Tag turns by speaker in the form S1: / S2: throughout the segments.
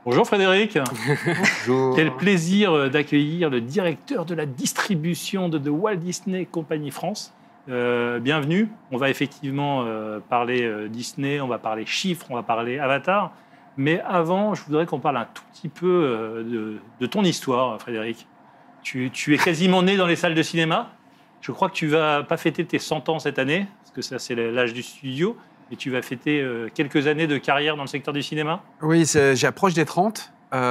S1: Bonjour Frédéric.
S2: Bonjour.
S1: Quel plaisir d'accueillir le directeur de la distribution de The Walt Disney Company France. Bienvenue. On va effectivement parler Disney, on va parler chiffres, on va parler Avatar. Mais avant, je voudrais qu'on parle un tout petit peu de ton histoire, Frédéric. Tu es quasiment né dans les salles de cinéma. Je crois que tu vas pas fêter tes 100 ans cette année, parce que ça c'est l'âge du studio, et tu vas fêter quelques années de carrière dans le secteur du cinéma.
S2: Oui, j'approche des 30,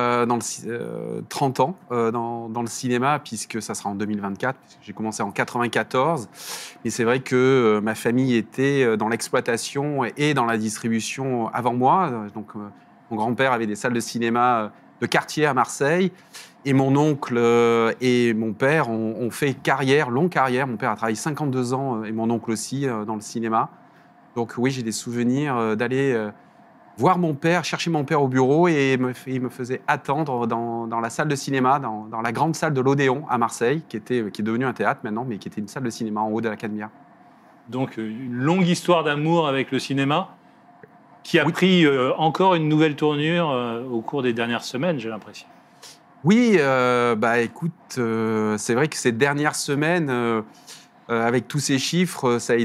S2: 30 ans dans le cinéma, puisque ça sera en 2024, puisque j'ai commencé en 94. Mais c'est vrai que ma famille était dans l'exploitation et dans la distribution avant moi. Donc, mon grand-père avait des salles de cinéma de quartier à Marseille. Et mon oncle et mon père ont fait longue carrière. Mon père a travaillé 52 ans, et mon oncle aussi, dans le cinéma. Donc oui, j'ai des souvenirs d'aller voir mon père, chercher mon père au bureau, et il me faisait attendre dans la salle de cinéma, dans la grande salle de l'Odéon à Marseille, qui est devenue un théâtre maintenant, mais qui était une salle de cinéma en haut de la Canebière.
S1: Donc une longue histoire d'amour avec le cinéma qui a pris encore une nouvelle tournure au cours des dernières semaines, j'ai l'impression.
S2: Oui, écoute, c'est vrai que ces dernières semaines, avec tous ces chiffres, ça a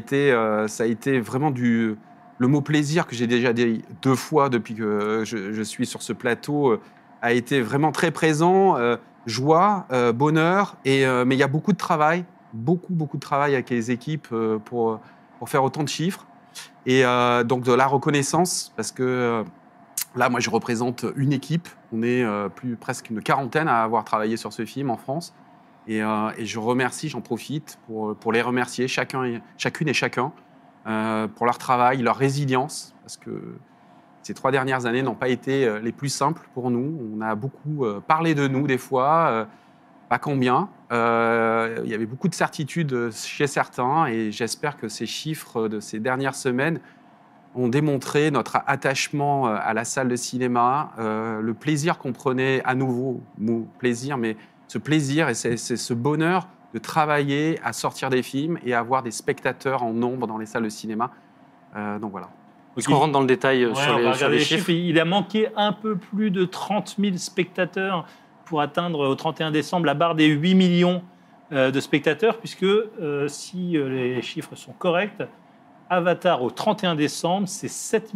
S2: été vraiment le mot plaisir, que j'ai déjà dit 2 fois depuis que je suis sur ce plateau, a été vraiment très présent. Joie, bonheur, mais il y a beaucoup de travail, beaucoup de travail avec les équipes pour faire autant de chiffres. Et donc de la reconnaissance, parce que là, moi, je représente une équipe. On est presque une quarantaine à avoir travaillé sur ce film en France. Et je remercie, j'en profite pour les remercier, chacune et chacun, pour leur travail, leur résilience, parce que ces 3 dernières années n'ont pas été les plus simples pour nous. On a beaucoup parlé de nous des fois, pas combien. Il y avait beaucoup de certitudes chez certains, et j'espère que ces chiffres de ces dernières semaines ont démontré notre attachement à la salle de cinéma, le plaisir qu'on prenait, à nouveau, mot plaisir, mais ce plaisir et c'est ce bonheur de travailler à sortir des films et à avoir des spectateurs en nombre dans les salles de cinéma. Donc voilà.
S3: Est-ce qu'on rentre dans le détail sur les chiffres ?
S1: Il a manqué un peu plus de 30 000 spectateurs pour atteindre au 31 décembre la barre des 8 millions de spectateurs, puisque si les chiffres sont corrects, Avatar au 31 décembre, c'est 7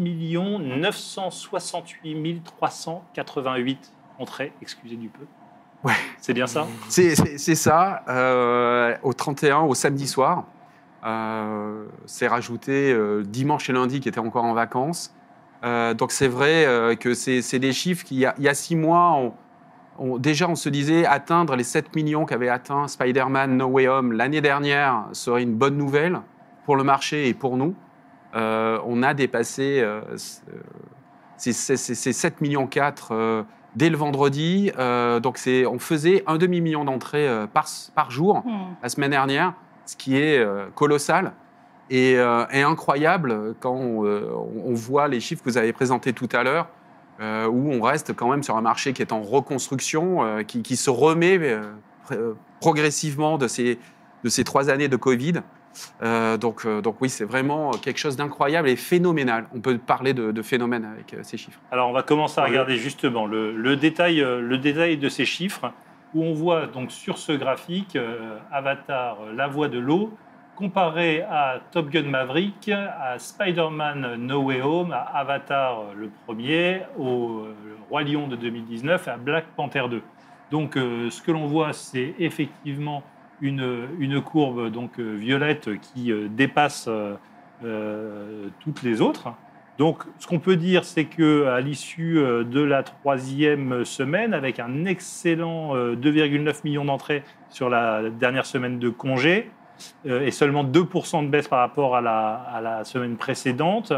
S1: 968 388 entrées, excusez du peu.
S2: Ouais.
S1: C'est bien ça ?
S2: C'est ça. Au 31, au samedi soir, c'est rajouté dimanche et lundi qui étaient encore en vacances. Donc c'est vrai que c'est des chiffres qui, il y a 6 mois, déjà on se disait atteindre les 7 millions qu'avait atteint Spider-Man No Way Home l'année dernière serait une bonne nouvelle pour le marché et pour nous. On a dépassé ces 7,4 millions dès le vendredi. Donc on faisait un demi-million d'entrées par jour la semaine dernière, ce qui est colossal et incroyable quand on voit les chiffres que vous avez présentés tout à l'heure, où on reste quand même sur un marché qui est en reconstruction, qui se remet progressivement de ces 3 années de Covid. Donc oui, c'est vraiment quelque chose d'incroyable et phénoménal. On peut parler de phénomène avec ces chiffres.
S1: Alors on va commencer à regarder justement le détail de ces chiffres, où on voit donc sur ce graphique Avatar, la voie de l'eau, comparé à Top Gun Maverick, à Spider-Man No Way Home, à Avatar le premier, au Roi Lion de 2019 et à Black Panther 2. Donc ce que l'on voit, c'est effectivement une courbe donc violette qui dépasse toutes les autres. Donc, ce qu'on peut dire, c'est qu'à l'issue de la 3e semaine, avec un excellent 2,9 millions d'entrées sur la dernière semaine de congé et seulement 2% de baisse par rapport à la semaine précédente,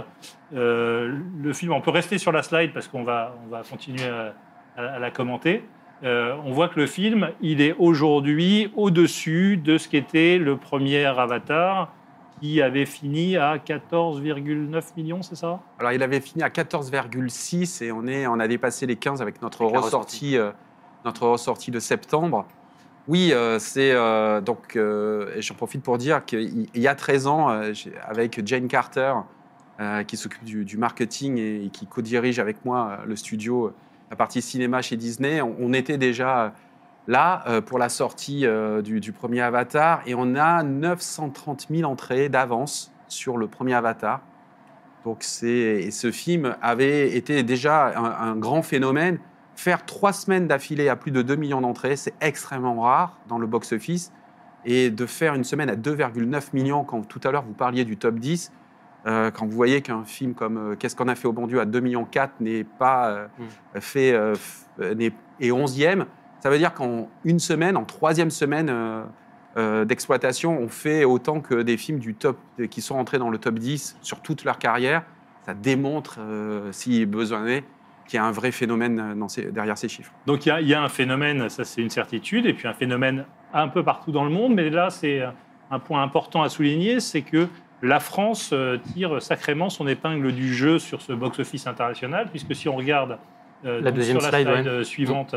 S1: le film, on peut rester sur la slide parce qu'on va continuer à la commenter. On voit que le film, il est aujourd'hui au-dessus de ce qu'était le premier Avatar, qui avait fini à 14,9 millions, c'est ça ?
S2: Alors, il avait fini à 14,6 et on a dépassé les 15 avec notre ressortie de septembre. Oui, donc j'en profite pour dire qu'il y a 13 ans, avec Jane Carter, qui s'occupe du marketing et qui co-dirige avec moi le studio la partie cinéma chez Disney, on était déjà là pour la sortie du premier Avatar et on a 930 000 entrées d'avance sur le premier Avatar. Donc ce film avait été déjà un grand phénomène. Faire 3 semaines d'affilée à plus de 2 millions d'entrées, c'est extrêmement rare dans le box-office. Et de faire une semaine à 2,9 millions, quand tout à l'heure vous parliez du top 10, quand vous voyez qu'un film comme Qu'est-ce qu'on a fait au bon Dieu à 2,4 millions n'est pas fait et 11e, ça veut dire qu'en une semaine, en 3e semaine d'exploitation, on fait autant que des films du top, qui sont entrés dans le top 10 sur toute leur carrière. Ça démontre, si besoin est, qu'il y a un vrai phénomène derrière ces chiffres.
S1: Donc il y a un phénomène, ça c'est une certitude, et puis un phénomène un peu partout dans le monde, mais là c'est un point important à souligner, c'est que la France tire sacrément son épingle du jeu sur ce box-office international, puisque si on regarde
S3: la deuxième
S1: sur la slide suivante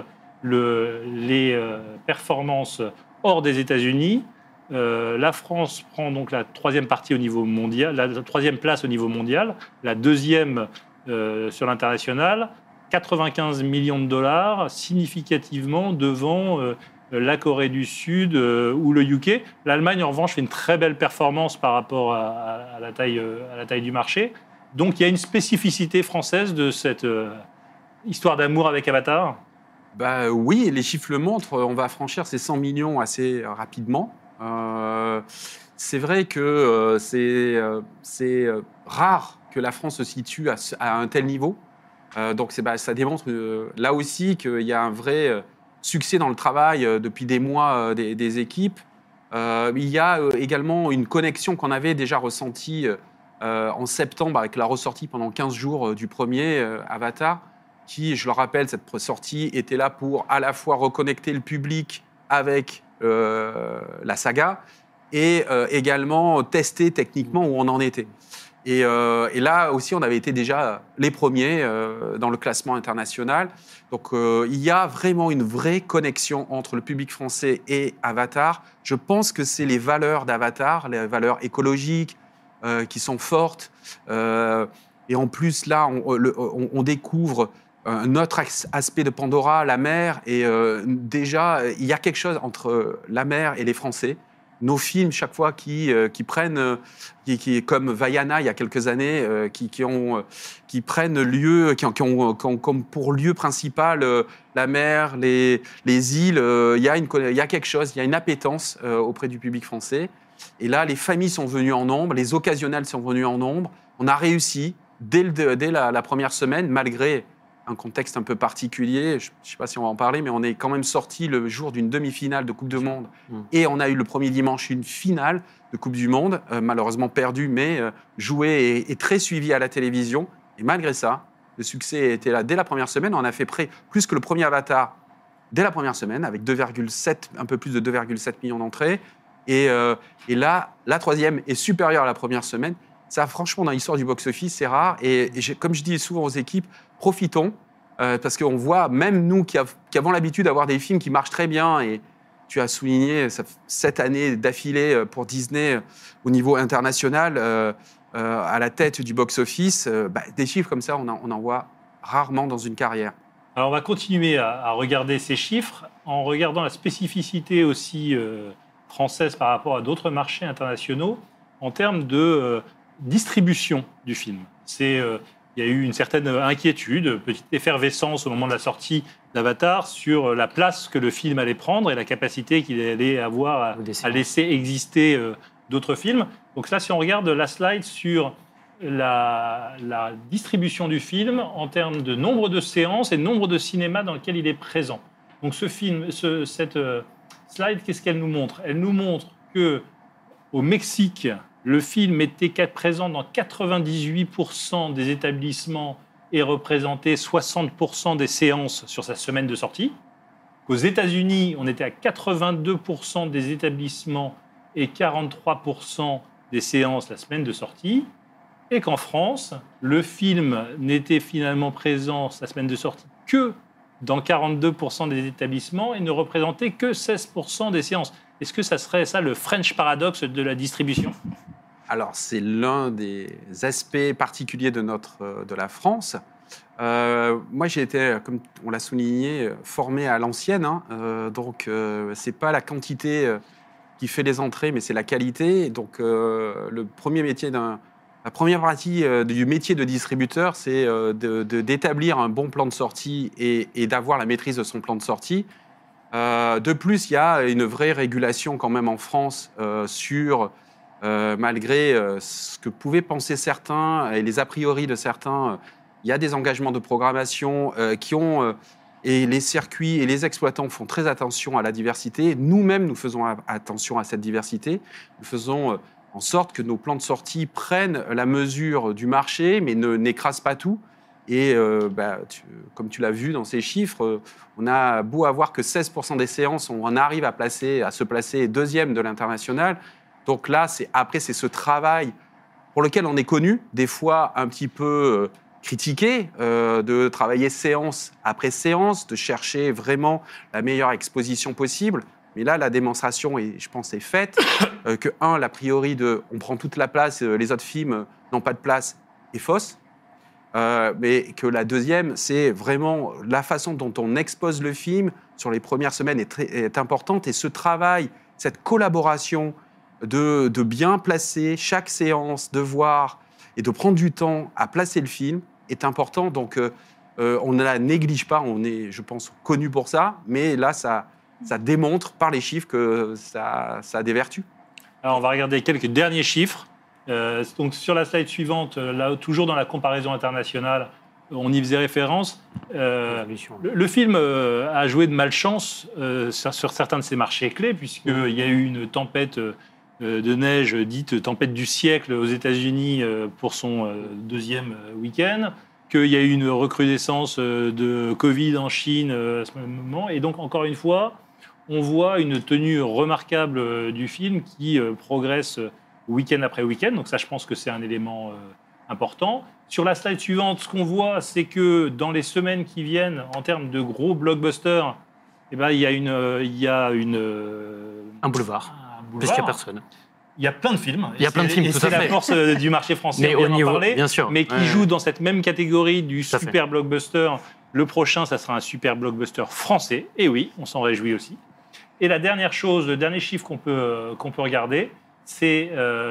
S1: les performances hors des États-Unis, la France prend donc la 3e partie au niveau mondial, la 3e place au niveau mondial, la 2e sur l'international, 95 millions de dollars, significativement devant la Corée du Sud ou le UK. L'Allemagne, en revanche, fait une très belle performance par rapport à la taille du marché. Donc, il y a une spécificité française de cette histoire d'amour avec Avatar.
S2: Oui, les chiffres le montrent. On va franchir ces 100 millions assez rapidement. C'est vrai que c'est rare que la France se situe à un tel niveau. Donc, ça démontre là aussi qu'il y a un vrai succès dans le travail depuis des mois des équipes. Il y a également une connexion qu'on avait déjà ressentie en septembre avec la ressortie pendant 15 jours du premier Avatar, qui, je le rappelle, cette sortie était là pour à la fois reconnecter le public avec la saga et également tester techniquement où on en était. Et là aussi, on avait été déjà les premiers dans le classement international. Donc, il y a vraiment une vraie connexion entre le public français et Avatar. Je pense que c'est les valeurs d'Avatar, les valeurs écologiques qui sont fortes. Et en plus, là, on découvre un autre aspect de Pandora, la mer. Et déjà, il y a quelque chose entre la mer et les Français. Nos films, chaque fois, qui prennent, comme Vaiana il y a quelques années, qui prennent lieu, qui ont comme pour lieu principal la mer, les îles. Il y a quelque chose, il y a une appétence auprès du public français. Et là, les familles sont venues en nombre, les occasionnels sont venus en nombre. On a réussi dès la première semaine, malgré un contexte un peu particulier. Je ne sais pas si on va en parler, mais on est quand même sorti le jour d'une demi-finale de Coupe du Monde. Et on a eu le premier dimanche une finale de Coupe du Monde, malheureusement perdue, mais jouée et très suivie à la télévision. Et malgré ça, le succès était là dès la première semaine. On a fait plus que le premier Avatar dès la première semaine, avec un peu plus de 2,7 millions d'entrées. Et là, la troisième est supérieure à la première semaine. Ça, franchement, dans l'histoire du box-office, c'est rare. Et comme je dis souvent aux équipes, profitons, parce qu'on voit, même nous qui avons l'habitude d'avoir des films qui marchent très bien, et tu as souligné 7 années d'affilée pour Disney au niveau international, à la tête du box-office, des chiffres comme ça, on en voit rarement dans une carrière.
S1: Alors, on va continuer à regarder ces chiffres en regardant la spécificité aussi française par rapport à d'autres marchés internationaux en termes de distribution du film. Il y a eu une certaine inquiétude, petite effervescence au moment de la sortie d'Avatar sur la place que le film allait prendre et la capacité qu'il allait avoir à laisser exister d'autres films. Donc là, si on regarde la slide sur la distribution du film en termes de nombre de séances et nombre de cinémas dans lequel il est présent. Donc cette slide, qu'est-ce qu'elle nous montre ? Elle nous montre qu'au Mexique, le film était présent dans 98% des établissements et représentait 60% des séances sur sa semaine de sortie. Qu'aux États-Unis, on était à 82% des établissements et 43% des séances la semaine de sortie. Et qu'en France, le film n'était finalement présent la semaine de sortie que dans 42% des établissements et ne représentait que 16% des séances. Est-ce que ça serait ça le French paradoxe de la distribution ?
S2: Alors, c'est l'un des aspects particuliers de la France. Moi, j'ai été, comme on l'a souligné, formé à l'ancienne. Donc, c'est pas la quantité qui fait les entrées, mais c'est la qualité. Donc, la première partie du métier de distributeur, c'est d'établir un bon plan de sortie et d'avoir la maîtrise de son plan de sortie. De plus, il y a une vraie régulation quand même en France sur, malgré ce que pouvaient penser certains et les a priori de certains, il y a des engagements de programmation et les circuits et les exploitants font très attention à la diversité. Nous-mêmes, nous faisons attention à cette diversité. Nous faisons en sorte que nos plans de sortie prennent la mesure du marché, mais n'écrasent pas tout. Et comme tu l'as vu dans ces chiffres, on a beau avoir que 16% des séances, on arrive à se placer deuxième de l'international. Donc là, c'est ce travail pour lequel on est connu, des fois un petit peu critiqué, de travailler séance après séance, de chercher vraiment la meilleure exposition possible. Mais là, la démonstration, je pense, est faite, que l'a priori on prend toute la place, les autres films n'ont pas de place, est fausse. Mais que la deuxième, c'est vraiment la façon dont on expose le film sur les premières semaines est importante. Et ce travail, cette collaboration de bien placer chaque séance, de voir et de prendre du temps à placer le film est important. Donc, on ne la néglige pas. On est, je pense, connu pour ça. Mais là, ça démontre par les chiffres que ça a des vertus.
S1: Alors, on va regarder quelques derniers chiffres. Donc sur la slide suivante, là, toujours dans la comparaison internationale, on y faisait référence. Le film a joué de malchance sur certains de ses marchés clés, puisqu'il y a eu une tempête de neige dite tempête du siècle aux États-Unis pour son deuxième week-end, qu'il y a eu une recrudescence de Covid en Chine à ce moment. Et donc, encore une fois, on voit une tenue remarquable du film qui progresse week-end après week-end. Donc ça, je pense que c'est un élément important. Sur la slide suivante, ce qu'on voit, c'est que dans les semaines qui viennent, en termes de gros blockbusters, il y a
S3: un boulevard, puisqu'il n'y a personne.
S1: Il y a plein de films.
S3: Il y a plein de films, tout à fait.
S1: C'est la force du marché français,
S3: mais au niveau, bien sûr.
S1: Mais qui joue dans cette même catégorie du super blockbuster. Le prochain, ça sera un super blockbuster français. Et oui, on s'en réjouit aussi. Et la dernière chose, le dernier chiffre qu'on peut regarder, c'est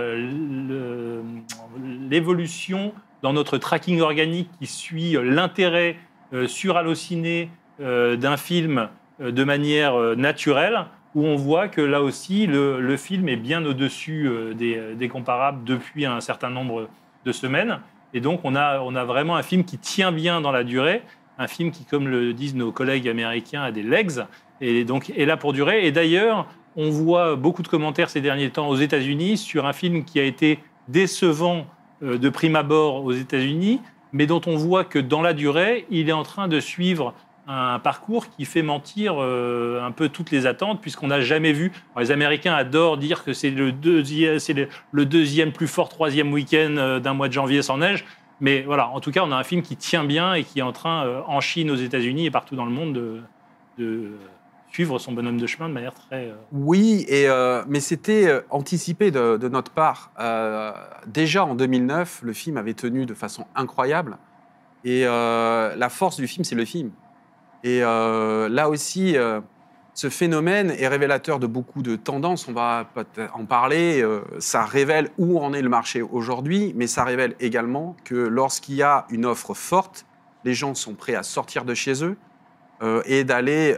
S1: l'évolution dans notre tracking organique qui suit l'intérêt sur Allociné d'un film de manière naturelle, où on voit que là aussi, le film est bien au-dessus des comparables depuis un certain nombre de semaines. Et donc, on a vraiment un film qui tient bien dans la durée, un film qui, comme le disent nos collègues américains, a des legs, et donc est là pour durer. Et d'ailleurs, on voit beaucoup de commentaires ces derniers temps aux États-Unis sur un film qui a été décevant de prime abord aux États-Unis, mais dont on voit que dans la durée, il est en train de suivre un parcours qui fait mentir un peu toutes les attentes, puisqu'on n'a jamais vu. Alors, les Américains adorent dire que c'est le deuxième plus fort troisième week-end d'un mois de janvier sans neige. Mais voilà, en tout cas, on a un film qui tient bien et qui est en train, en Chine, aux États-Unis et partout dans le monde, de suivre son bonhomme de chemin de manière très...
S2: Oui, mais c'était anticipé de notre part. Déjà en 2009, le film avait tenu de façon incroyable. Et la force du film, c'est le film. Et là aussi, ce phénomène est révélateur de beaucoup de tendances. On va en parler. Ça révèle où en est le marché aujourd'hui, mais ça révèle également que lorsqu'il y a une offre forte, les gens sont prêts à sortir de chez eux et d'aller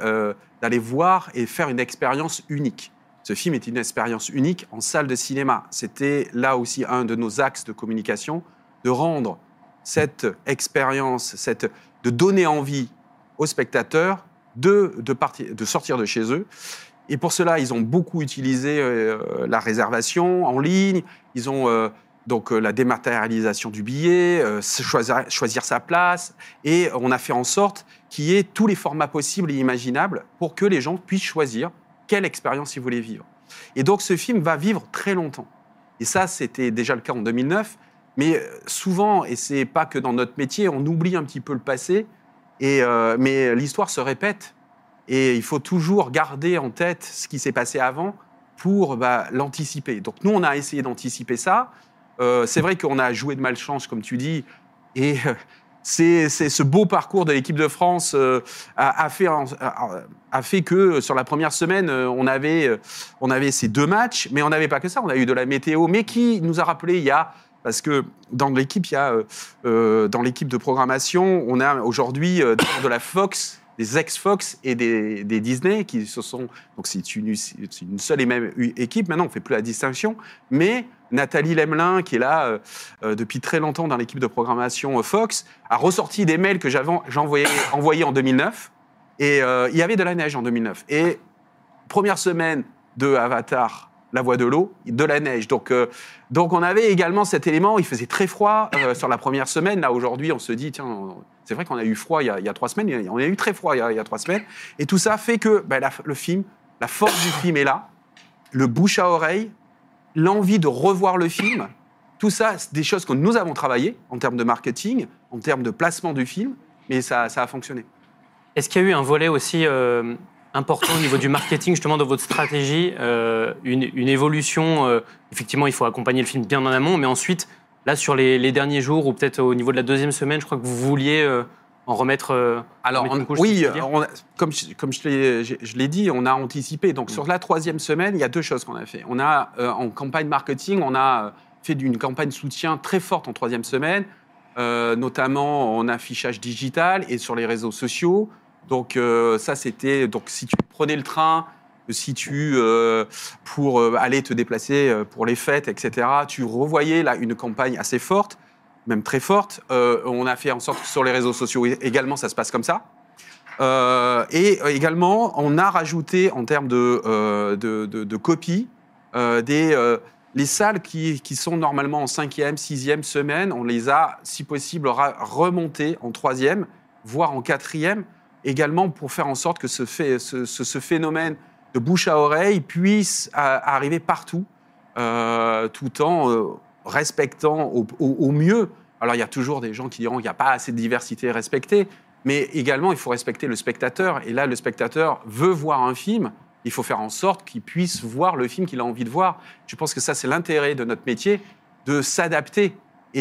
S2: voir et faire une expérience unique. Ce film est une expérience unique en salle de cinéma. C'était là aussi un de nos axes de communication, de rendre cette expérience, de donner envie aux spectateurs de sortir de chez eux. Et pour cela, ils ont beaucoup utilisé la réservation en ligne, ils ont donc la dématérialisation du billet, choisir sa place, et on a fait en sorte qu'il y ait tous les formats possibles et imaginables pour que les gens puissent choisir quelle expérience ils voulaient vivre. Et donc ce film va vivre très longtemps. Et ça, c'était déjà le cas en 2009, mais souvent, et c'est pas que dans notre métier, on oublie un petit peu le passé, mais l'histoire se répète. Et il faut toujours garder en tête ce qui s'est passé avant pour l'anticiper. Donc nous, on a essayé d'anticiper ça. C'est vrai qu'on a joué de malchance, comme tu dis, et c'est ce beau parcours de l'équipe de France a fait que sur la première semaine, on avait ces 2 matchs, mais on n'avait pas que ça. On a eu de la météo, mais qui nous a rappelé parce que dans l'équipe, dans l'équipe de programmation, on a aujourd'hui de la Fox, des ex-Fox et des Disney qui se sont... Donc c'est une seule et même équipe. Maintenant, on ne fait plus la distinction. Mais Nathalie Lemelin, qui est là depuis très longtemps dans l'équipe de programmation Fox, a ressorti des mails que j'ai envoyés en 2009. Et il y avait de la neige en 2009. Et première semaine de Avatar, La Voix de l'eau, de la neige. Donc on avait également cet élément. Il faisait très froid sur la première semaine. Là, aujourd'hui, on se dit, tiens, c'est vrai qu'on a eu froid il y a 3 semaines. On a eu très froid il y a 3 semaines. Et tout ça fait que le film, la force du film est là. Le bouche à oreille, l'envie de revoir le film. Tout ça, c'est des choses que nous avons travaillées en termes de marketing, en termes de placement du film. Mais ça a fonctionné.
S3: Est-ce qu'il y a eu un volet aussi important au niveau du marketing, justement, dans votre stratégie, une évolution effectivement, il faut accompagner le film bien en amont, mais ensuite, là, sur les derniers jours, ou peut-être au niveau de la 2e semaine, je crois que vous vouliez en remettre...
S2: comme je l'ai dit, on a anticipé. Donc, sur la 3e semaine, il y a 2 choses qu'on a fait. On a, en campagne marketing, on a fait une campagne soutien très forte en 3e semaine, notamment en affichage digital et sur les réseaux sociaux. Donc ça, c'était... Donc si tu prenais le train, pour aller te déplacer pour les fêtes, etc., tu revoyais là une campagne assez forte, même très forte. On a fait en sorte que sur les réseaux sociaux également, ça se passe comme ça. Et également, on a rajouté en termes de copie les salles qui sont normalement en 5e, 6e semaine, on les a, si possible, remontées en 3e, voire en 4e, également pour faire en sorte que ce phénomène de bouche à oreille puisse arriver partout, tout en respectant au mieux. Alors, il y a toujours des gens qui diront qu'il n'y a pas assez de diversité respectée, mais également, il faut respecter le spectateur. Et là, le spectateur veut voir un film, il faut faire en sorte qu'il puisse voir le film qu'il a envie de voir. Je pense que ça, c'est l'intérêt de notre métier, de s'adapter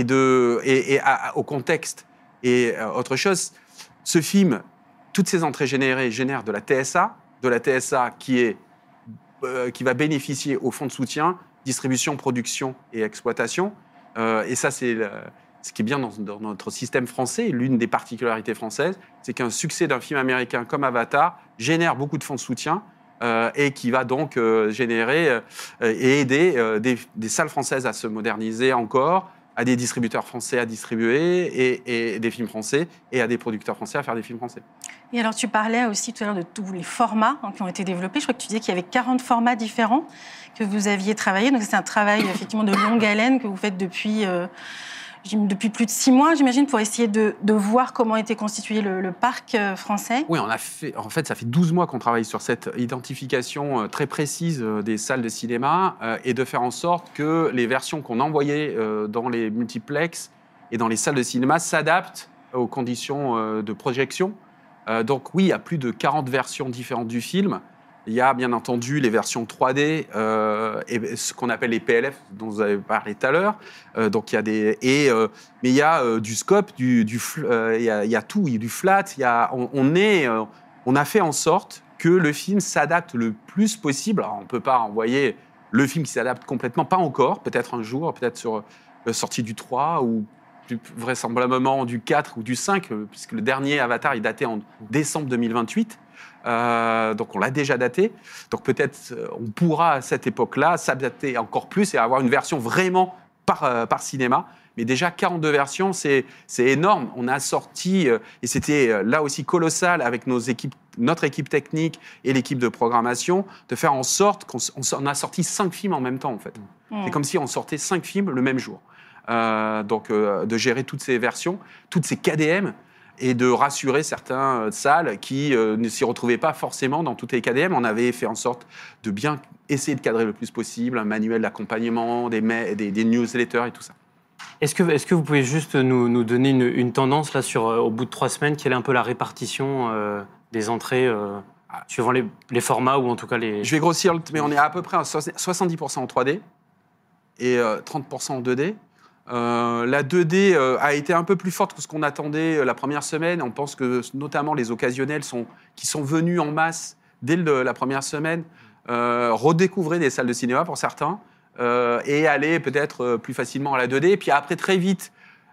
S2: au contexte. Et autre chose, ce film... Toutes ces entrées génèrent de la TSA qui va bénéficier au fonds de soutien, distribution, production et exploitation. Et ça, c'est ce qui est bien dans notre système français. L'une des particularités françaises, c'est qu'un succès d'un film américain comme Avatar génère beaucoup de fonds de soutien et qui va donc générer et aider des salles françaises à se moderniser encore, à des distributeurs français à distribuer et des films français et à des producteurs français à faire des films français.
S4: Et alors, tu parlais aussi tout à l'heure de tous les formats qui ont été développés. Je crois que tu disais qu'il y avait 40 formats différents que vous aviez travaillé. Donc, c'est un travail effectivement de longue haleine que vous faites depuis plus de 6 mois, j'imagine, pour essayer de voir comment était constitué le parc français.
S2: Oui, en fait, ça fait 12 mois qu'on travaille sur cette identification très précise des salles de cinéma et de faire en sorte que les versions qu'on envoyait dans les multiplexes et dans les salles de cinéma s'adaptent aux conditions de projection. Donc oui, il y a plus de 40 versions différentes du film. Il y a bien entendu les versions 3D et ce qu'on appelle les PLF dont vous avez parlé tout à l'heure. Donc il y a mais il y a du scope, il y a tout, il y a du flat. On a fait en sorte que le film s'adapte le plus possible. Alors, on ne peut pas envoyer le film qui s'adapte complètement, pas encore. Peut-être un jour, peut-être sur la sortie du 3 ou plus vraisemblablement du 4 ou du 5, puisque le dernier Avatar est daté en décembre 2028. Donc on l'a déjà daté. Donc peut-être on pourra à cette époque-là s'adapter encore plus et avoir une version vraiment par cinéma. Mais déjà 42 versions, c'est énorme. On a sorti, et c'était là aussi colossal avec notre équipe technique et l'équipe de programmation, de faire en sorte qu'on a sorti 5 films en même temps en fait. C'est comme si on sortait 5 films le même jour. Donc de gérer toutes ces versions, toutes ces KDM, et de rassurer certaines salles qui ne s'y retrouvaient pas forcément dans toutes les KDM. On avait fait en sorte de bien essayer de cadrer le plus possible, un manuel d'accompagnement, des newsletters et tout ça.
S3: Est-ce que vous pouvez juste nous donner une tendance là au bout de 3 semaines, quelle est un peu la répartition des entrées suivant les formats ou en tout cas les...
S2: Je vais grossir, mais on est à peu près à 70% en 3D et 30% en 2D. La 2D a été un peu plus forte que ce qu'on attendait la première semaine. On pense que notamment les occasionnels qui sont venus en masse dès la première semaine redécouvrir des salles de cinéma pour certains et aller peut-être plus facilement à la 2D. Et puis après, très vite,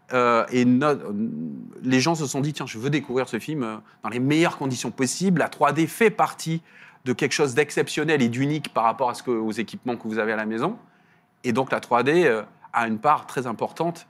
S2: les gens se sont dit, tiens, je veux découvrir ce film dans les meilleures conditions possibles. La 3D fait partie de quelque chose d'exceptionnel et d'unique par rapport aux équipements que vous avez à la maison. Et donc la 3D a une part très importante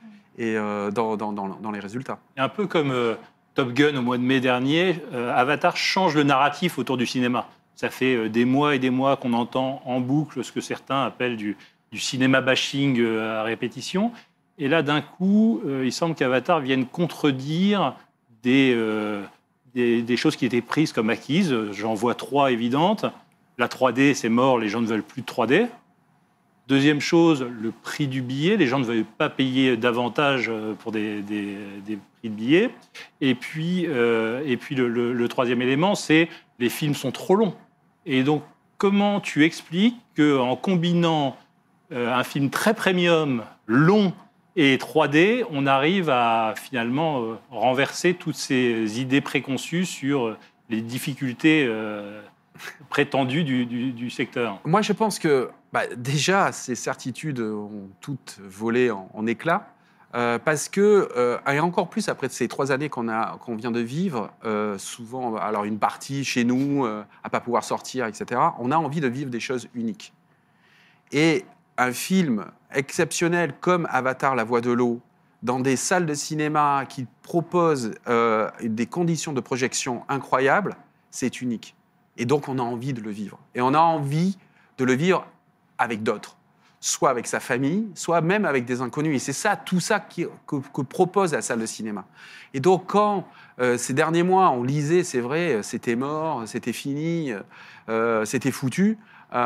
S2: dans les résultats.
S1: Et un peu comme Top Gun au mois de mai dernier, Avatar change le narratif autour du cinéma. Ça fait des mois et des mois qu'on entend en boucle ce que certains appellent du cinéma bashing à répétition. Et là, d'un coup, il semble qu'Avatar vienne contredire des choses qui étaient prises comme acquises. J'en vois 3 évidentes. La 3D, c'est mort, les gens ne veulent plus de 3D. Deuxième chose, le prix du billet. Les gens ne veulent pas payer davantage pour des prix de billets. Et puis le troisième élément, c'est les films sont trop longs. Et donc, comment tu expliques qu'en combinant un film très premium, long et 3D, on arrive à finalement renverser toutes ces idées préconçues sur les difficultés prétendues du secteur?
S2: Moi, je pense que déjà, ces certitudes ont toutes volé en éclats. Parce que, et encore plus après ces 3 années qu'on vient de vivre, souvent, alors une partie chez nous, à pas pouvoir sortir, etc., on a envie de vivre des choses uniques. Et un film exceptionnel comme Avatar, la voix de l'eau, dans des salles de cinéma qui proposent des conditions de projection incroyables, c'est unique. Et donc, on a envie de le vivre. Et on a envie de le vivre avec d'autres. Soit avec sa famille, soit même avec des inconnus. Et c'est ça, tout ça que propose la salle de cinéma. Et donc, quand ces derniers mois, on lisait, c'est vrai, c'était mort, c'était fini, c'était foutu, on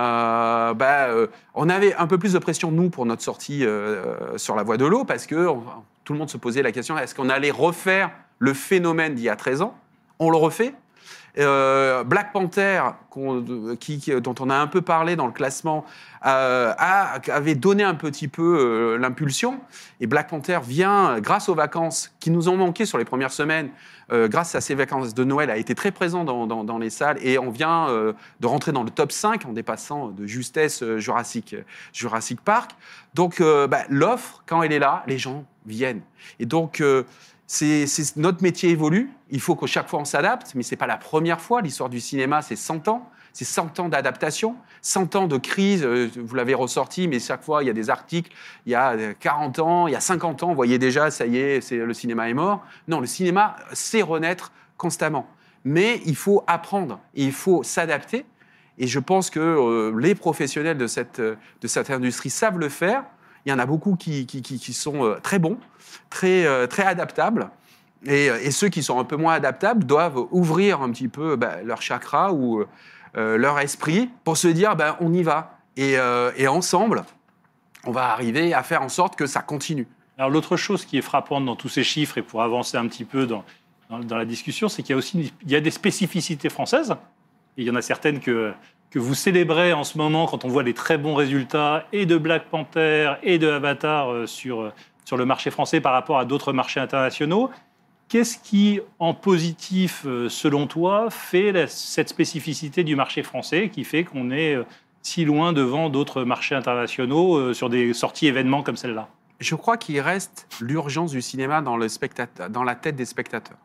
S2: avait un peu plus de pression, nous, pour notre sortie sur la voie de l'eau, parce que tout le monde se posait la question, est-ce qu'on allait refaire le phénomène d'il y a 13 ans ? On le refait. Black Panther, dont on a un peu parlé dans le classement, avait donné un petit peu l'impulsion. Et Black Panther vient, grâce aux vacances qui nous ont manqué sur les premières semaines, grâce à ces vacances de Noël, a été très présent dans les salles. Et on vient de rentrer dans le top 5 en dépassant de justesse Jurassic Park. Donc l'offre, quand elle est là, les gens viennent. Et donc... notre métier évolue, il faut qu'à chaque fois on s'adapte, mais ce n'est pas la première fois. L'histoire du cinéma, c'est 100 ans. C'est 100 ans d'adaptation, 100 ans de crise, vous l'avez ressorti, mais chaque fois, il y a des articles, il y a 40 ans, il y a 50 ans, vous voyez déjà, ça y est, le cinéma est mort. Non, le cinéma sait renaître constamment. Mais il faut apprendre, et il faut s'adapter. Et je pense que les professionnels de cette industrie savent le faire. Il y en a beaucoup qui sont très bons, très adaptables. Et ceux qui sont un peu moins adaptables doivent ouvrir un petit peu leur chakra ou leur esprit pour se dire on y va. Et ensemble, on va arriver à faire en sorte que ça continue.
S1: Alors l'autre chose qui est frappante dans tous ces chiffres, et pour avancer un petit peu dans la discussion, c'est qu'il y a des spécificités françaises. Et il y en a certaines que vous célébrez en ce moment quand on voit les très bons résultats et de Black Panther et de Avatar sur le marché français par rapport à d'autres marchés internationaux. Qu'est-ce qui, en positif, selon toi, fait cette spécificité du marché français qui fait qu'on est si loin devant d'autres marchés internationaux sur des sorties événements comme celle-là?
S2: Je crois qu'il reste l'urgence du cinéma dans la tête des spectateurs.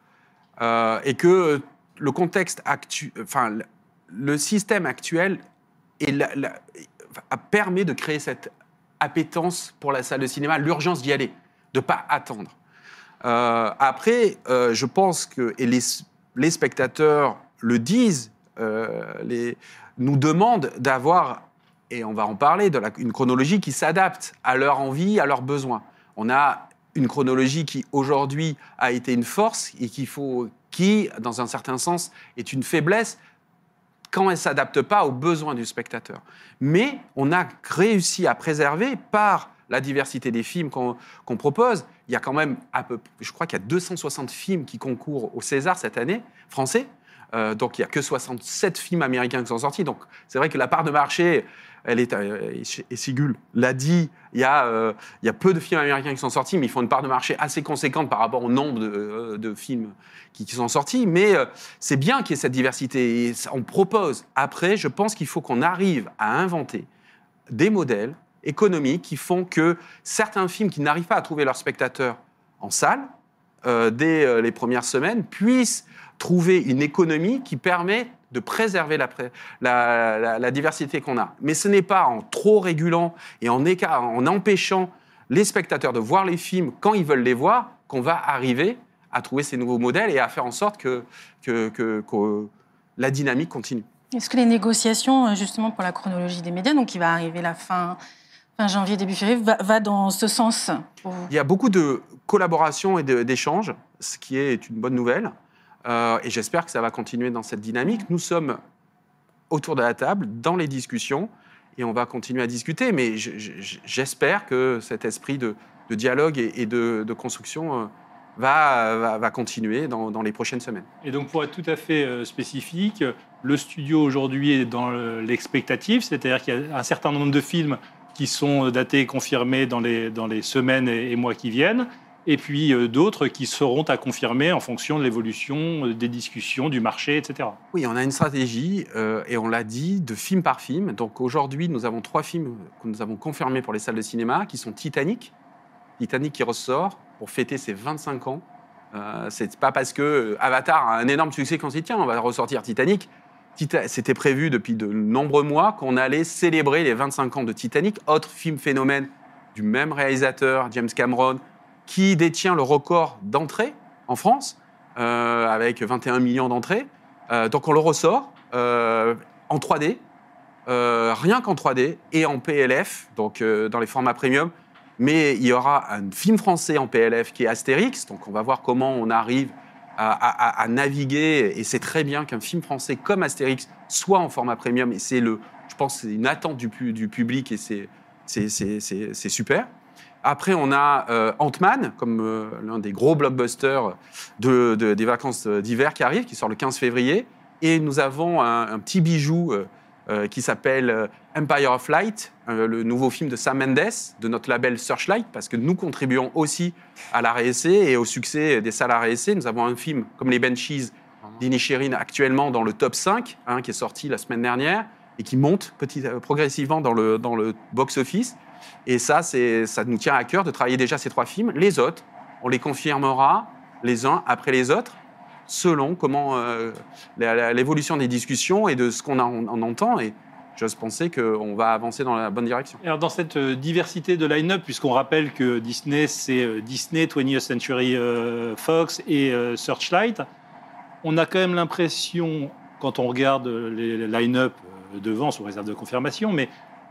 S2: Et que le contexte actuel... le système actuel permet de créer cette appétence pour la salle de cinéma, l'urgence d'y aller, de ne pas attendre. Après, je pense que, et les spectateurs le disent, nous demandent d'avoir, et on va en parler, une chronologie qui s'adapte à leur envie, à leurs besoins. On a une chronologie qui, aujourd'hui, a été une force et qui, dans un certain sens, est une faiblesse, quand elle ne s'adapte pas aux besoins du spectateur. Mais on a réussi à préserver, par la diversité des films qu'on propose, il y a quand même, je crois qu'il y a 260 films qui concourent au César cette année, français, Donc, il n'y a que 67 films américains qui sont sortis. Donc, c'est vrai que la part de marché, elle est... Et Sigul l'a dit, il y a peu de films américains qui sont sortis, mais ils font une part de marché assez conséquente par rapport au nombre de films qui sont sortis. Mais c'est bien qu'il y ait cette diversité. Et on propose. Après, je pense qu'il faut qu'on arrive à inventer des modèles économiques qui font que certains films qui n'arrivent pas à trouver leurs spectateurs en salle, dès les premières semaines, puissent trouver une économie qui permet de préserver la diversité qu'on a. Mais ce n'est pas en trop régulant et en empêchant les spectateurs de voir les films quand ils veulent les voir qu'on va arriver à trouver ces nouveaux modèles et à faire en sorte que la dynamique continue.
S4: Est-ce que les négociations, justement, pour la chronologie des médias, donc qui va arriver la fin janvier, début février, va dans ce sens pour vous ?
S2: Il y a beaucoup de collaborations et d'échanges, ce qui est une bonne nouvelle. Et j'espère que ça va continuer dans cette dynamique. Nous sommes autour de la table, dans les discussions, et on va continuer à discuter. Mais j'espère que cet esprit de dialogue et de construction va continuer dans les prochaines semaines.
S1: Et donc, pour être tout à fait spécifique, le studio aujourd'hui est dans l'expectative, c'est-à-dire qu'il y a un certain nombre de films qui sont datés et confirmés dans les semaines et mois qui viennent, et puis d'autres qui seront à confirmer en fonction de l'évolution des discussions, du marché, etc.
S2: Oui, on a une stratégie, et on l'a dit, de film par film. Donc aujourd'hui, nous avons 3 films que nous avons confirmés pour les salles de cinéma, qui sont Titanic qui ressort pour fêter ses 25 ans. C'est pas parce que Avatar a un énorme succès qu'on s'y tient, on va ressortir Titanic. C'était prévu depuis de nombreux mois qu'on allait célébrer les 25 ans de Titanic, autre film phénomène du même réalisateur, James Cameron, qui détient le record d'entrées en France, avec 21 millions d'entrées. Donc on le ressort en 3D, rien qu'en 3D, et en PLF, donc dans les formats premium. Mais il y aura un film français en PLF qui est Astérix, donc on va voir comment on arrive à naviguer, et c'est très bien qu'un film français comme Astérix soit en format premium, et je pense que c'est une attente du public, et c'est super. Après, on a Ant-Man, comme l'un des gros blockbusters des vacances d'hiver qui arrive, qui sort le 15 février. Et nous avons un petit bijou qui s'appelle Empire of Light, le nouveau film de Sam Mendes, de notre label Searchlight, parce que nous contribuons aussi à la RSC et au succès des salles RSC. Nous avons un film comme Les Banshees d'Inisherin actuellement dans le top 5, qui est sorti la semaine dernière, et qui monte progressivement dans le box-office. Et ça nous tient à cœur de travailler déjà ces 3 films. Les autres, on les confirmera les uns après les autres, selon comment l'évolution des discussions et de ce qu'on en entend. Et j'ose penser qu'on va avancer dans la bonne direction.
S1: Alors, dans cette diversité de line-up, puisqu'on rappelle que Disney, c'est Disney, 20th Century Fox et Searchlight, on a quand même l'impression, quand on regarde les line-up devant, sous réserve de confirmation, mais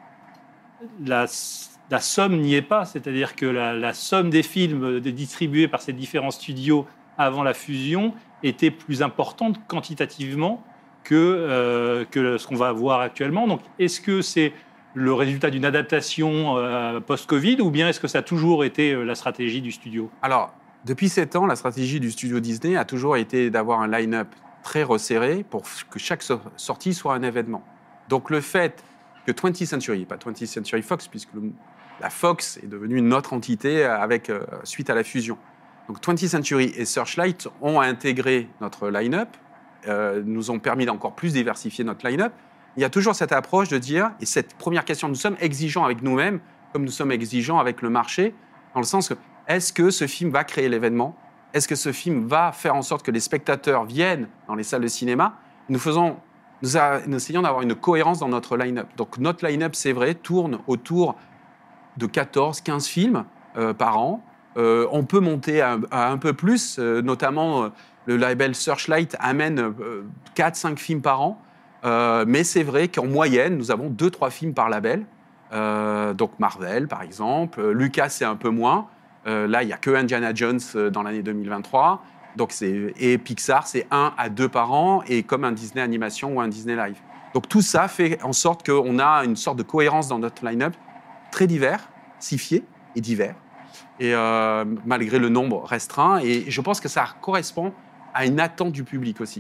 S1: la somme n'y est pas. C'est-à-dire que la somme des films distribués par ces différents studios avant la fusion était plus importante quantitativement que ce qu'on va voir actuellement. Donc, est-ce que c'est le résultat d'une adaptation post-Covid, ou bien est-ce que ça a toujours été la stratégie du studio ?
S2: Alors, depuis 7 ans, la stratégie du studio Disney a toujours été d'avoir un line-up très resserré pour que chaque sortie soit un événement. Donc, le fait que 20th Century, pas 20th Century Fox, puisque la Fox est devenue une autre entité suite à la fusion. Donc 20th Century et Searchlight ont intégré notre line-up, nous ont permis d'encore plus diversifier notre line-up. Il y a toujours cette approche de dire, et cette première question, nous sommes exigeants avec nous-mêmes, comme nous sommes exigeants avec le marché, dans le sens que, est-ce que ce film va créer l'événement ? Est-ce que ce film va faire en sorte que les spectateurs viennent dans les salles de cinéma ? Nous essayons d'avoir une cohérence dans notre line-up. Donc notre line-up, c'est vrai, tourne autour de 14-15 films par an. On peut monter à un peu plus, notamment le label Searchlight amène 4-5 films par an. Mais c'est vrai qu'en moyenne, nous avons 2-3 films par label. Donc Marvel, par exemple. Lucas, c'est un peu moins. Là, il n'y a que Indiana Jones dans l'année 2023. Et Pixar, c'est 1 à 2 par an, et comme un Disney Animation ou un Disney Live. Donc tout ça fait en sorte qu'on a une sorte de cohérence dans notre line-up, très diversifié et divers, et malgré le nombre restreint. Et je pense que ça correspond à une attente du public aussi.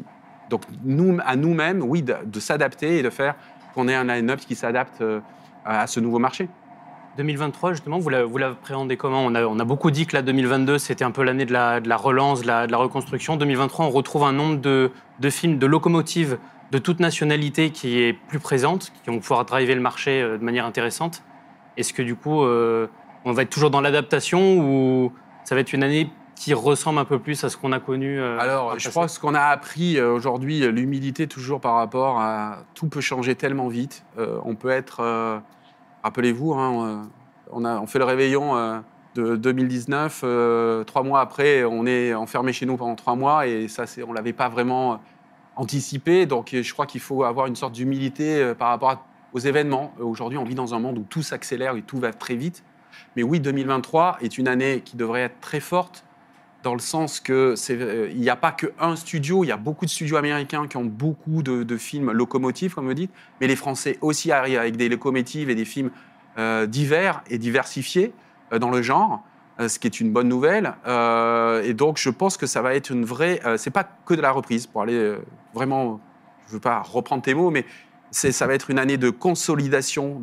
S2: Donc, à nous-mêmes, oui, de s'adapter et de faire qu'on ait un line-up qui s'adapte à ce nouveau marché.
S3: 2023, justement, vous l'appréhendez comment ? On a beaucoup dit que 2022, c'était un peu l'année de la relance, de la reconstruction. 2023, on retrouve un nombre de films, de locomotives de toute nationalité qui est plus présente, qui vont pouvoir driver le marché de manière intéressante. Est-ce que du coup, on va être toujours dans l'adaptation ou ça va être une année qui ressemble un peu plus à ce qu'on a connu
S2: Alors, je pense qu'on a appris aujourd'hui l'humilité toujours par rapport à... Tout peut changer tellement vite. On peut être... rappelez-vous, hein, on fait le réveillon de 2019. 3 mois après, on est enfermé chez nous pendant 3 mois et ça, on ne l'avait pas vraiment anticipé. Donc, je crois qu'il faut avoir une sorte d'humilité par rapport aux événements. Aujourd'hui, on vit dans un monde où tout s'accélère et tout va très vite. Mais oui, 2023 est une année qui devrait être très forte dans le sens que il n'y a pas qu'un studio, il y a beaucoup de studios américains qui ont beaucoup de films locomotives, comme vous dites, mais les Français aussi arrivent avec des locomotives et des films divers et diversifiés dans le genre, ce qui est une bonne nouvelle. Et donc, je pense que ça va être une vraie... c'est pas que de la reprise, pour aller vraiment... Je ne veux pas reprendre tes mots, mais ça va être une année de consolidation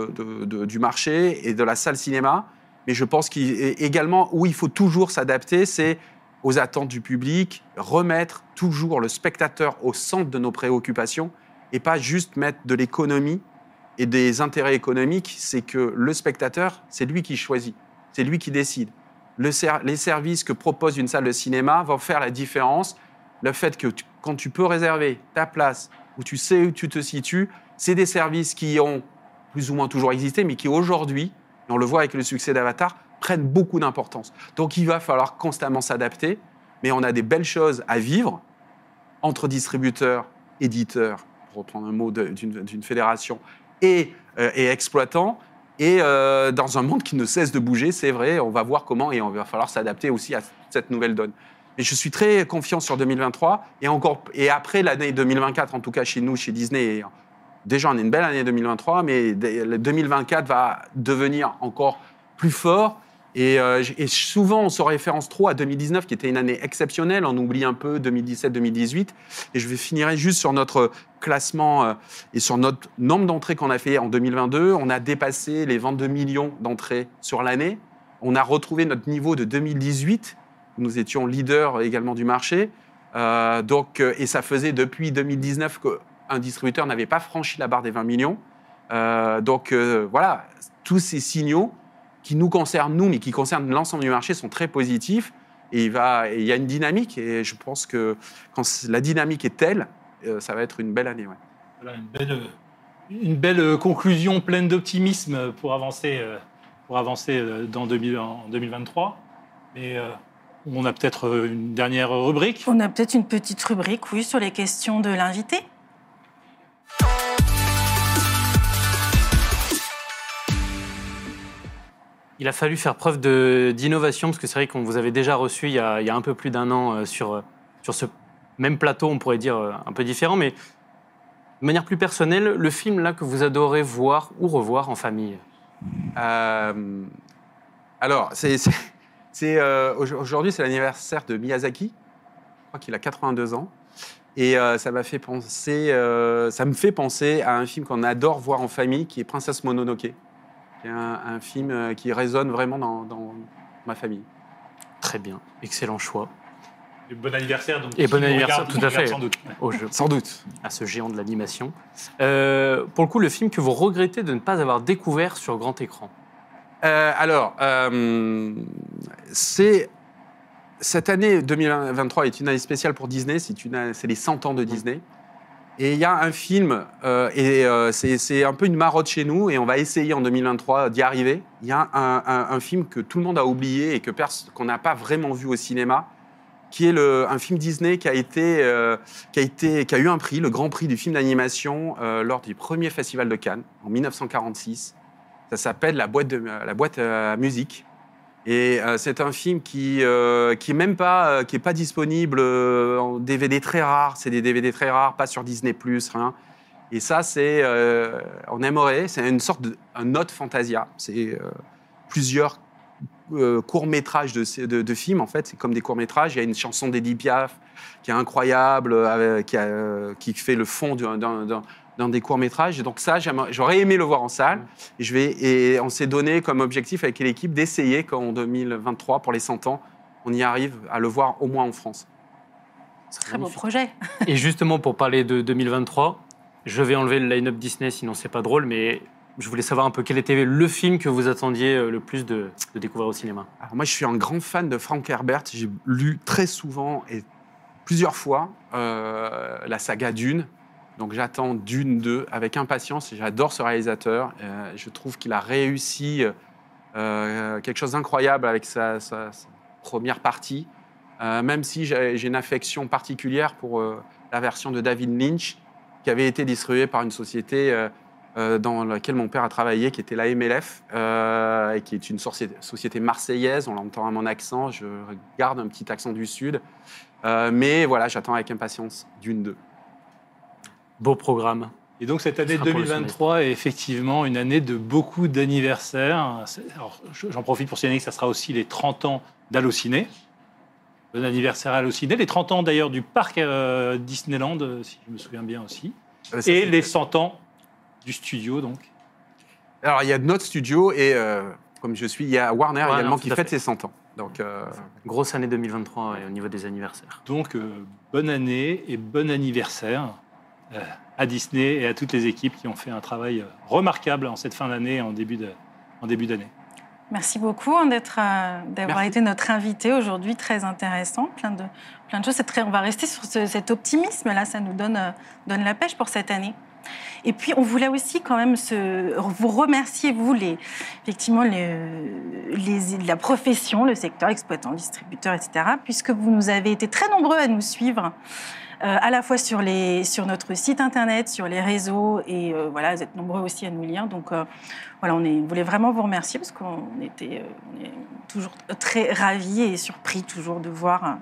S2: du marché et de la salle cinéma. Mais je pense qu'également, où il faut toujours s'adapter, c'est aux attentes du public, remettre toujours le spectateur au centre de nos préoccupations et pas juste mettre de l'économie et des intérêts économiques. C'est que le spectateur, c'est lui qui choisit, c'est lui qui décide. Les services que propose une salle de cinéma vont faire la différence. Le fait que quand tu peux réserver ta place, où tu sais où tu te situes, c'est des services qui ont plus ou moins toujours existé, mais qui aujourd'hui, et on le voit avec le succès d'Avatar, prennent beaucoup d'importance. Donc il va falloir constamment s'adapter, mais on a des belles choses à vivre entre distributeurs, éditeurs, pour reprendre un mot d'une fédération, et exploitants, et dans un monde qui ne cesse de bouger, c'est vrai, on va voir comment, et on va falloir s'adapter aussi à cette nouvelle donne. Et je suis très confiant sur 2023, et après l'année 2024, en tout cas chez nous, chez Disney, déjà, on a une belle année 2023, mais 2024 va devenir encore plus fort. Et souvent, on se référence trop à 2019, qui était une année exceptionnelle. On oublie un peu 2017-2018. Et je finirai juste sur notre classement et sur notre nombre d'entrées qu'on a fait en 2022. On a dépassé les 22 millions d'entrées sur l'année. On a retrouvé notre niveau de 2018, où nous étions leaders également du marché. Et ça faisait depuis 2019 que... un distributeur n'avait pas franchi la barre des 20 millions. Voilà, tous ces signaux qui nous concernent, nous, mais qui concernent l'ensemble du marché, sont très positifs. Et il y a une dynamique. Et je pense que quand la dynamique est telle, ça va être une belle année. Ouais.
S1: Voilà, une belle conclusion pleine d'optimisme pour avancer en 2023. Et on a peut-être une dernière rubrique.
S4: On a peut-être une petite rubrique, oui, sur les questions de l'invité.
S3: Il a fallu faire preuve d'innovation, parce que c'est vrai qu'on vous avait déjà reçu il y a un peu plus d'1 an sur ce même plateau, on pourrait dire un peu différent, mais de manière plus personnelle, le film là que vous adorez voir ou revoir en famille.
S2: Alors, aujourd'hui, c'est l'anniversaire de Miyazaki. Je crois qu'il a 82 ans. Et ça me fait penser à un film qu'on adore voir en famille, qui est Princesse Mononoke. C'est un film qui résonne vraiment dans ma famille.
S3: Très bien, excellent choix.
S1: Et bon anniversaire. Donc,
S3: et bon anniversaire, tout à fait.
S1: Sans doute.
S3: Au jeu.
S2: Sans doute.
S3: À ce géant de l'animation. Pour le coup, le film que vous regrettez de ne pas avoir découvert sur grand écran.
S2: Cette année 2023 est une année spéciale pour Disney. C'est les 100 ans de Disney. Et il y a un film, c'est un peu une marotte chez nous, et on va essayer en 2023 d'y arriver. Il y a un film que tout le monde a oublié et qu'on n'a pas vraiment vu au cinéma, qui est un film Disney qui a eu un prix, le Grand Prix du film d'animation, lors du premier festival de Cannes, en 1946. Ça s'appelle La boîte à musique. Et c'est un film qui est pas disponible en DVD très rare. C'est des DVD très rares, pas sur Disney+, rien. Et ça, on aimerait. C'est une sorte un autre Fantasia. C'est plusieurs courts-métrages de films, en fait. C'est comme des courts-métrages. Il y a une chanson d'Edith Piaf qui est incroyable, qui fait le fond dans des courts-métrages. Et donc ça, j'aurais aimé le voir en salle. Et on s'est donné comme objectif avec l'équipe d'essayer qu'en 2023, pour les 100 ans, on y arrive à le voir au moins en France.
S4: Très beau projet.
S3: Et justement, pour parler de 2023, je vais enlever le line-up Disney, sinon c'est pas drôle, mais je voulais savoir un peu quel était le film que vous attendiez le plus de découvrir au cinéma.
S2: Alors moi, je suis un grand fan de Frank Herbert. J'ai lu très souvent et plusieurs fois la saga Dune. Donc j'attends Dune 2 avec impatience. J'adore ce réalisateur. Je trouve qu'il a réussi quelque chose d'incroyable avec sa première partie. Même si j'ai une affection particulière pour la version de David Lynch, qui avait été distribuée par une société dans laquelle mon père a travaillé, qui était la MLF, et qui est une société marseillaise. On l'entend à mon accent, je garde un petit accent du Sud. Mais voilà, j'attends avec impatience Dune 2.
S3: Beau programme.
S1: Et donc cette année 2023 est effectivement une année de beaucoup d'anniversaires. Alors, j'en profite pour signaler que ça sera aussi les 30 ans d'Allociné. Bon anniversaire à Allociné. Les 30 ans d'ailleurs du parc Disneyland, si je me souviens bien aussi. Et les 100 ans du studio, donc.
S2: Alors, il y a notre studio et, comme je suis, il y a Warner également qui fête ses 100 ans. Donc,
S3: grosse année 2023 au niveau des anniversaires.
S1: Donc, bonne année et bon anniversaire à Disney et à toutes les équipes qui ont fait un travail remarquable en cette fin d'année et en début d'année.
S4: Merci beaucoup d'avoir été notre invité aujourd'hui, très intéressant, plein de choses. On va rester sur cet optimisme-là, ça nous donne la pêche pour cette année. Et puis, on voulait aussi quand même vous remercier, vous, effectivement, la profession, le secteur, exploitant, distributeur, etc., puisque vous nous avez été très nombreux à nous suivre, à la fois sur notre site internet, sur les réseaux, et voilà, vous êtes nombreux aussi à nous lire. Donc, voilà, on voulait vraiment vous remercier, parce qu'on est toujours très ravis et surpris toujours de voir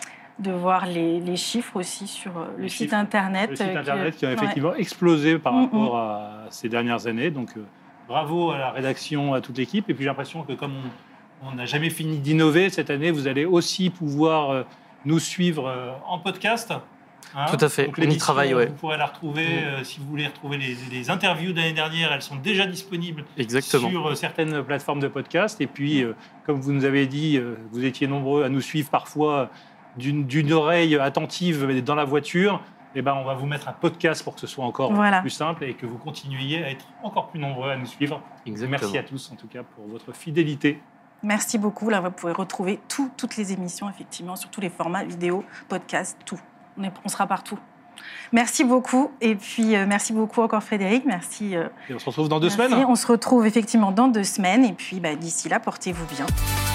S4: les chiffres aussi sur le site Internet.
S1: Le site Internet qui a effectivement explosé par rapport à ces dernières années. Donc, bravo à la rédaction, à toute l'équipe. Et puis, j'ai l'impression que comme on n'a jamais fini d'innover, cette année, vous allez aussi pouvoir nous suivre en podcast.
S3: Tout à fait,
S1: donc,
S3: on y travaille.
S1: Vous pourrez la retrouver. Si vous voulez retrouver les interviews d'année dernière, elles sont déjà disponibles sur certaines plateformes de podcast. Et puis, comme vous nous avez dit, vous étiez nombreux à nous suivre parfois d'une oreille attentive dans la voiture. Eh ben, on va vous mettre un podcast pour que ce soit encore plus simple et que vous continuiez à être encore plus nombreux à nous suivre.
S3: Exactement.
S1: Merci à tous, en tout cas, pour votre fidélité.
S4: Merci beaucoup. Là, vous pouvez retrouver toutes les émissions, effectivement, sur tous les formats, vidéo, podcast, tout. On sera partout. Merci beaucoup. Et puis, merci beaucoup encore, Frédéric. Merci.
S1: Et on se retrouve dans 2 semaines.
S4: On se retrouve effectivement dans 2 semaines. Et puis, d'ici là, portez-vous bien.